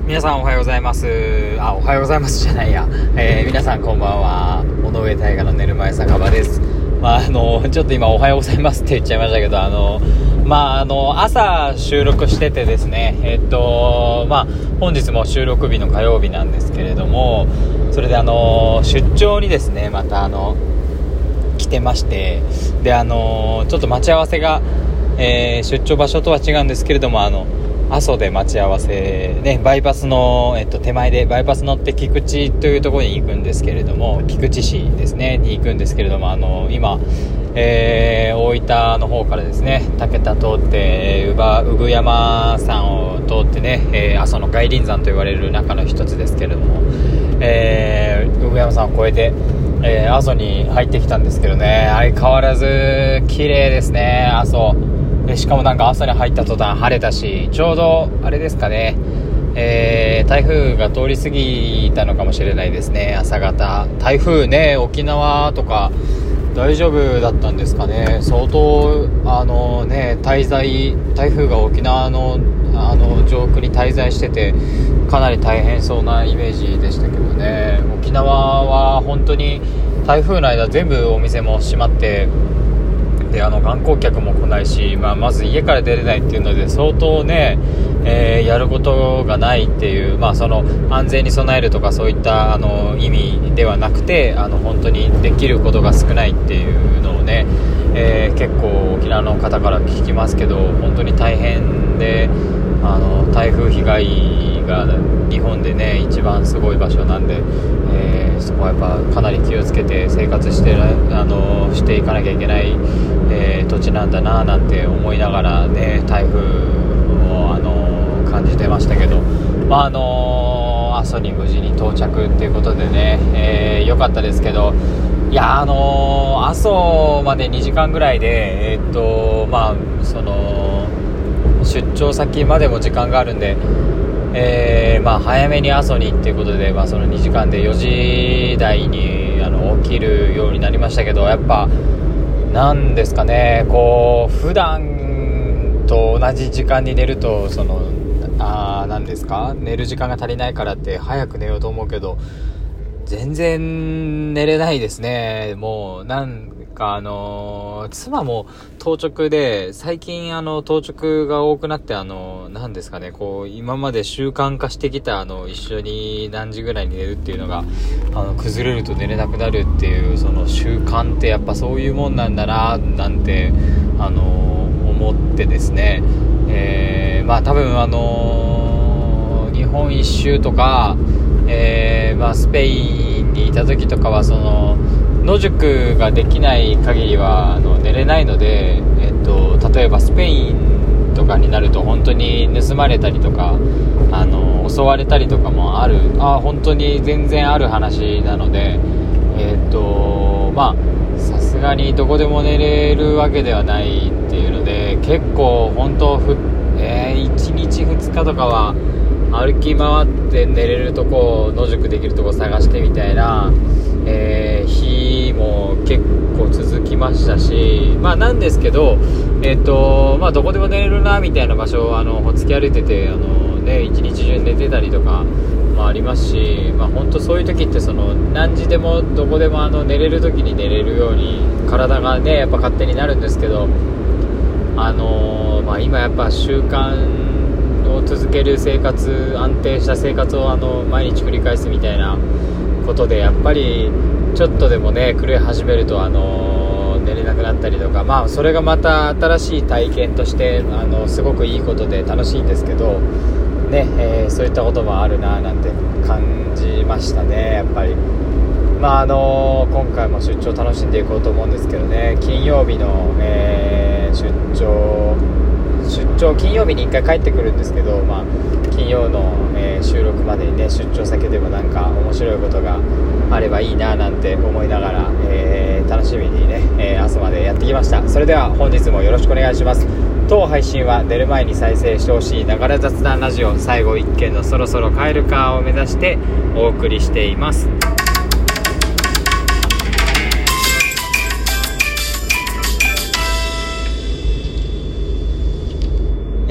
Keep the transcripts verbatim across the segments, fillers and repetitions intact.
皆さんおはようございます。あ、おはようございますじゃないや、えー、皆さんこんばんは。尾上大河の寝る前酒場です。まああのちょっと今おはようございますって言っちゃいましたけど、あのまああの朝収録しててですね、えっとまあ本日も収録日の火曜日なんですけれども、それであの出張にですねまたあの来てまして、であのちょっと待ち合わせが、えー、出張場所とは違うんですけれども、あの阿蘇で待ち合わせ、ね、バイパスの、えっと、手前でバイパス乗って菊池というところに行くんですけれども、菊池市ですねに行くんですけれども、あの今、えー、大分の方からですね竹田通って宇和宇久山山を通ってね、えー、阿蘇の外輪山と言われる中の一つですけれども、えー、宇久山山を越えて、えー、阿蘇に入ってきたんですけどね、相変わらず綺麗ですね阿蘇で。しかもなんか朝に入った途端晴れたし、ちょうどあれですかね、えー、台風が通り過ぎたのかもしれないですね。朝方台風ね、沖縄とか大丈夫だったんですかね。相当あのね滞在台風が沖縄のあの上空に滞在してて、かなり大変そうなイメージでしたけどね。沖縄は本当に台風の間全部お店も閉まって、であの観光客も来ないし、まあ、まず家から出れないっていうので相当ね、えー、やることがないっていう、まあ、その安全に備えるとかそういったあの意味ではなくて、あの本当にできることが少ないっていうのをね、えー、結構沖縄の方から聞きますけど、本当に大変で、あの台風被害が日本でね一番すごい場所なんで、えー、そこはやっぱかなり気をつけて生活してあのしていかなきゃいけない、えー、土地なんだななんて思いながらね、台風をあの感じてましたけど、まああの阿蘇に無事に到着っていうことでね、えー、良かったですけど、いやあの阿蘇までにじかんぐらいで、えー、っとまあその出張先までも時間があるんで、えーまあ、早めに阿蘇にっていうことで、まあ、そのにじかんでよじ台にあの起きるようになりましたけど、やっぱなんですかね、こう普段と同じ時間に寝ると、そのあなんですか寝る時間が足りないからって早く寝ようと思うけど全然寝れないですね。もうなんかあのー、妻も当直で、最近あの当直が多くなって、あのなんですかね、こう今まで習慣化してきたあの一緒に何時ぐらいに寝るっていうのがあの崩れると寝れなくなるっていう、その習慣ってやっぱそういうもんなんだななんてあのー、思ってですね、えー、まあ多分あのー、日本一周とか、えーまあ、スペインにいた時とかはその野宿ができない限りはあの寝れないので、えっと、例えばスペインとかになると本当に盗まれたりとかあの襲われたりとかもあるあ本当に全然ある話なので、えっとまあさすがにどこでも寝れるわけではないっていうので、結構本当ふ、えー、いちにちふつかとかは歩き回って寝れるとこ、野宿できるとこ探してみたいな、えー、日も結構続きましたし、まあなんですけど、えっとまあどこでも寝れるなみたいな場所をあのほつき歩いてて、あのね一日中寝てたりとかもありますし、まあ本当そういう時ってその何時でもどこでもあの寝れる時に寝れるように体がねやっぱ勝手になるんですけど、あのまあ今やっぱ習慣を続ける生活、安定した生活をあの毎日繰り返すみたいなことで、やっぱりちょっとでもね狂い始めるとあの寝れなくなったりとか、まあそれがまた新しい体験としてあのすごくいいことで楽しいんですけどね、えー、そういったこともあるななんて感じましたね。やっぱりまああの今回も出張楽しんでいこうと思うんですけどね、金曜日の、えー、出張出張金曜日にいっかい帰ってくるんですけど、まあ、金曜の、えー、収録までにね出張先でもなんか面白いことがあればいいななんて思いながら、えー、楽しみにね、えー、朝までやってきました。それでは本日もよろしくお願いします。当配信は寝る前に再生してほしいながら雑談ラジオ、最後一件のそろそろ帰るかを目指してお送りしています。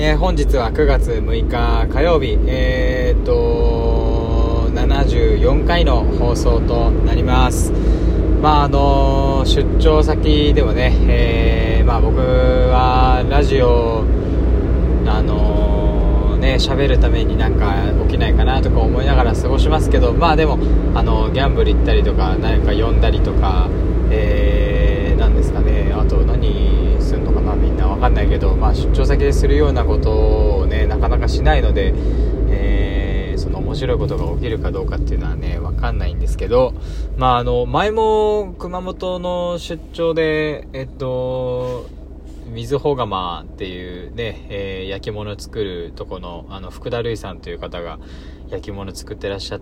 えー、本日はくがつむいか火曜日、えー、っとななじゅうよんかいの放送となります。まああの出張先でもね、えー、まあ僕はラジオあのね喋るためになんか起きないかなとか思いながら過ごしますけど、まあでもあのギャンブル行ったりとか何か読んだりとか、えー、なんですかね、あと何するのかな、みんなわかんないけど、まあ出張先でするようなことをねなかなかしないので、えー、その面白いことが起きるかどうかっていうのはねわかんないんですけど、まああの前も熊本の出張でえっと水穂釜っていうね、えー、焼き物作るとこのあの福田類さんという方が焼き物作ってらっしゃって、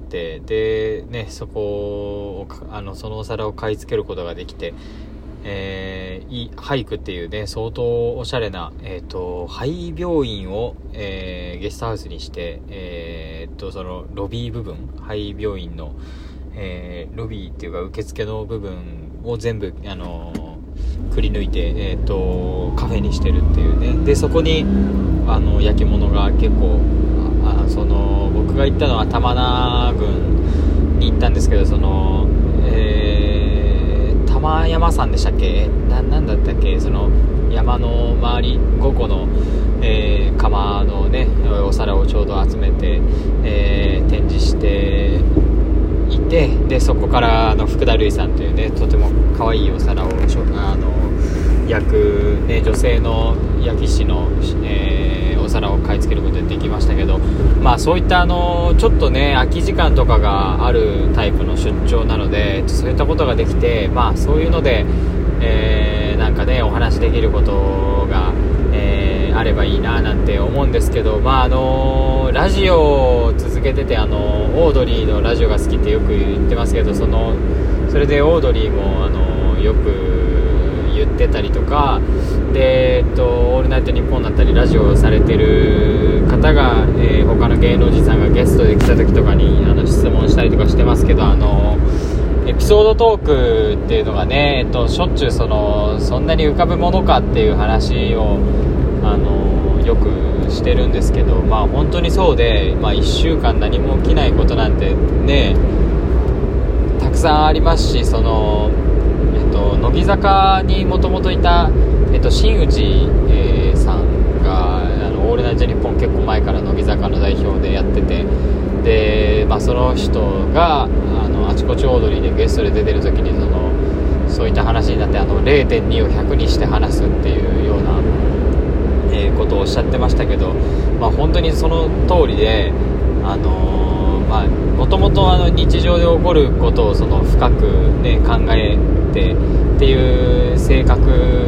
でねそこをあのそのお皿を買い付けることができて、えー、い俳句っていうね相当おしゃれな、えー、と廃病院を、えー、ゲストハウスにして、えー、とそのロビー部分、廃病院の、えー、ロビーっていうか受付の部分を全部あのーくり抜いて、えー、とカフェにしてるっていうね。でそこにあの焼き物が結構あその僕が行ったのは玉名郡に行ったんですけど、その、えー、玉山山でしたっけ、な、なんだったっけ、その山の周りごこの、えー、釜のねお皿をちょうど集めて、えー、展示していて、でそこからあの福田類さんというねとても可愛いお皿をあの焼く、ね、女性の焼き師の、えー、お皿を買い付けることができましたけど、まあそういったあのちょっとね空き時間とかがあるタイプの出張なので、そういったことができて、まあそういうので、えー、なんかねお話できることが、えー、あればいいななんて思うんですけど、まああのラジオを続けててあのオードリーのラジオが好きってよく言ってますけど、そのそれでオードリーもあのよく言ってたりとかで、えっと、オールナイトニッポンだったりラジオをされてる方が、えー、他の芸能人さんがゲストで来た時とかにあの質問したりとかしてますけど、あのエピソードトークっていうのがね、えっと、しょっちゅうそのそんなに浮かぶものかっていう話をあのよくしてるんですけど、まあ本当にそうで、まあ、いっしゅうかん何も起きないことなんてねたくさんありますし、そのえっと、乃木坂にもともといた、えっと、新内、えー、さんがあのオールナイトニッポン結構前から乃木坂の代表でやってて、で、まあ、その人があのあちこちオードリーでゲストで出てる時にそのそういった話になってあの ゼロてんに をひゃくにして話すっていうような、えー、ことをおっしゃってましたけど、まあ、本当にその通りで、あのー、まあもともと日常で起こることをその深く、ね、考えてっていう性格、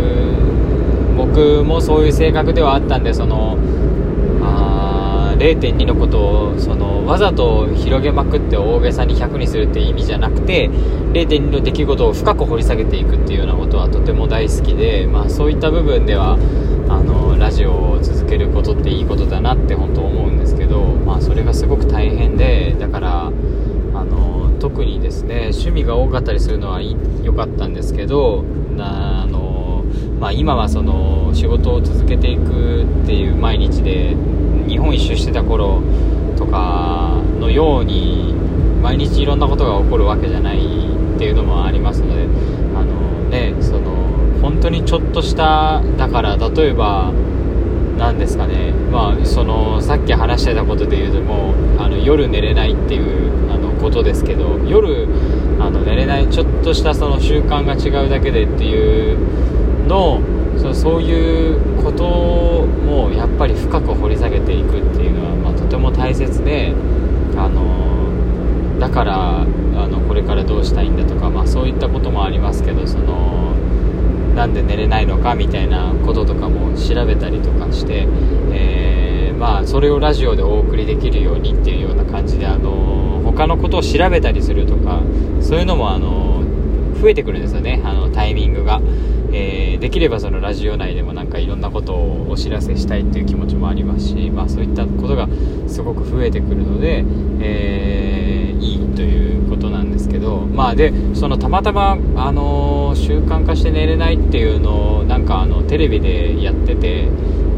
僕もそういう性格ではあったんで、そのあ ゼロてんに のことをそのわざと広げまくって大げさにひゃくにするっていう意味じゃなくて、 ゼロてんに の出来事を深く掘り下げていくっていうようなことはとても大好きで、まあ、そういった部分ではあのラジオを続けることっていいことだなって本当思うんですけど、まあ、それがすごく大変で、だからあの特にですね趣味が多かったりするのは良かったんですけど、なあの、まあ、今はその仕事を続けていくっていう毎日で日本一周してた頃とかのように毎日いろんなことが起こるわけじゃないっていうのもありますので、あのねその本当にちょっとしただから例えばなんですかね、まあ、そのさっき話してたことでいうともうあの夜寝れないっていうあのことですけど、夜あの寝れないちょっとしたその習慣が違うだけでっていうのそ, そういうこともやっぱり深く掘り下げていくっていうのは、まあ、とても大切で、あのだからあのこれからどうしたいんだとか、まあ、そういったこともありますけど、そのなんで寝れないのかみたいなこととかも調べたりとかして、えー、まあそれをラジオでお送りできるようにっていうような感じで、あの他のことを調べたりするとかそういうのもあの増えてくるんですよね、あのタイミングが、えー、できればそのラジオ内でもなんかいろんなことをお知らせしたいっていう気持ちもありますし、まあ、そういったことがすごく増えてくるので、えー、いいということなんですけど、まあ、でそのたまたま、あのー、習慣化して寝れないっていうのをなんかあのテレビでやってて、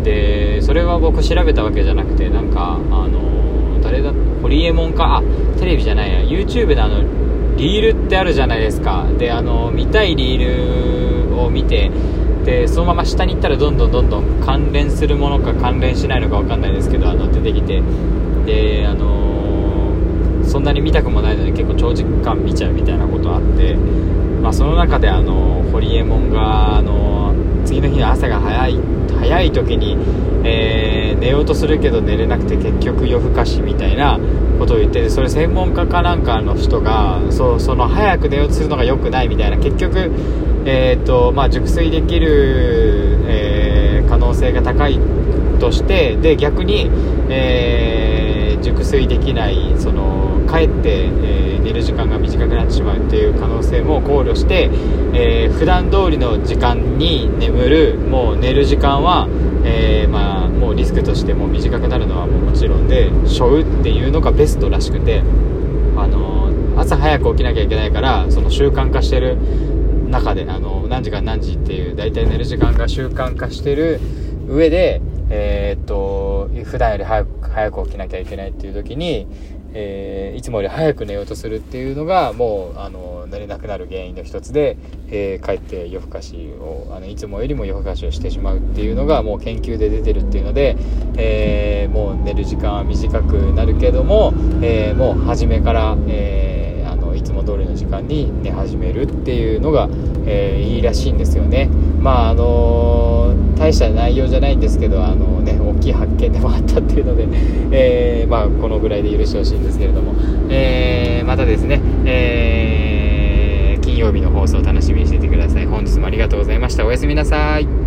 でそれは僕調べたわけじゃなくて、なんかあの誰だホリエモンか、あテレビじゃないや YouTube であのリールってあるじゃないですか。であの見たいリールを見て、でそのまま下に行ったらどんどんどんどん関連するものか関連しないのか分かんないですけど、あの出てきて、であのそんなに見たくもないので結構長時間見ちゃうみたいなことあって、まあ、その中であのホリエモンがあの次の日の朝が早い早い時に、えー、寝ようとするけど寝れなくて結局夜更かしみたいなことを言ってて、それ専門家かなんかの人が そ, その早く寝ようとするのが良くないみたいな、結局、えーとまあ、熟睡できる、えー、可能性が高いとして、で逆に、えー、熟睡できないそのかえって、えー、寝る時間が短くなってしまうっていう可能性も考慮して、えー、普段通りの時間に眠る、もう寝る時間は、えーまあ、もうリスクとしてもう短くなるのはもうもちろんで、しょうっていうのがベストらしくて、あのー、朝早く起きなきゃいけないから、その習慣化してる中で、あのー、何時から何時っていうだいたい寝る時間が習慣化してる上で、えー、っと普段より早く早く起きなきゃいけないっていう時に、えー、いつもより早く寝ようとするっていうのがもうあの寝れなくなる原因の一つで、えー、かえって夜更かしをあのいつもよりも夜更かしをしてしまうっていうのがもう研究で出てるっていうので、えー、もう寝る時間は短くなるけども、えー、もう初めから、えー、あのいつも通りの時間に寝始めるっていうのが、えー、いいらしいんですよね。まああのー、大した内容じゃないんですけど、あのね、大きい発見でもあったっていうので、えー、まあこのぐらいで許してほしいんですけれども、えー、またですね、えー、金曜日の放送を楽しみにしていてください。本日もありがとうございました。おやすみなさい。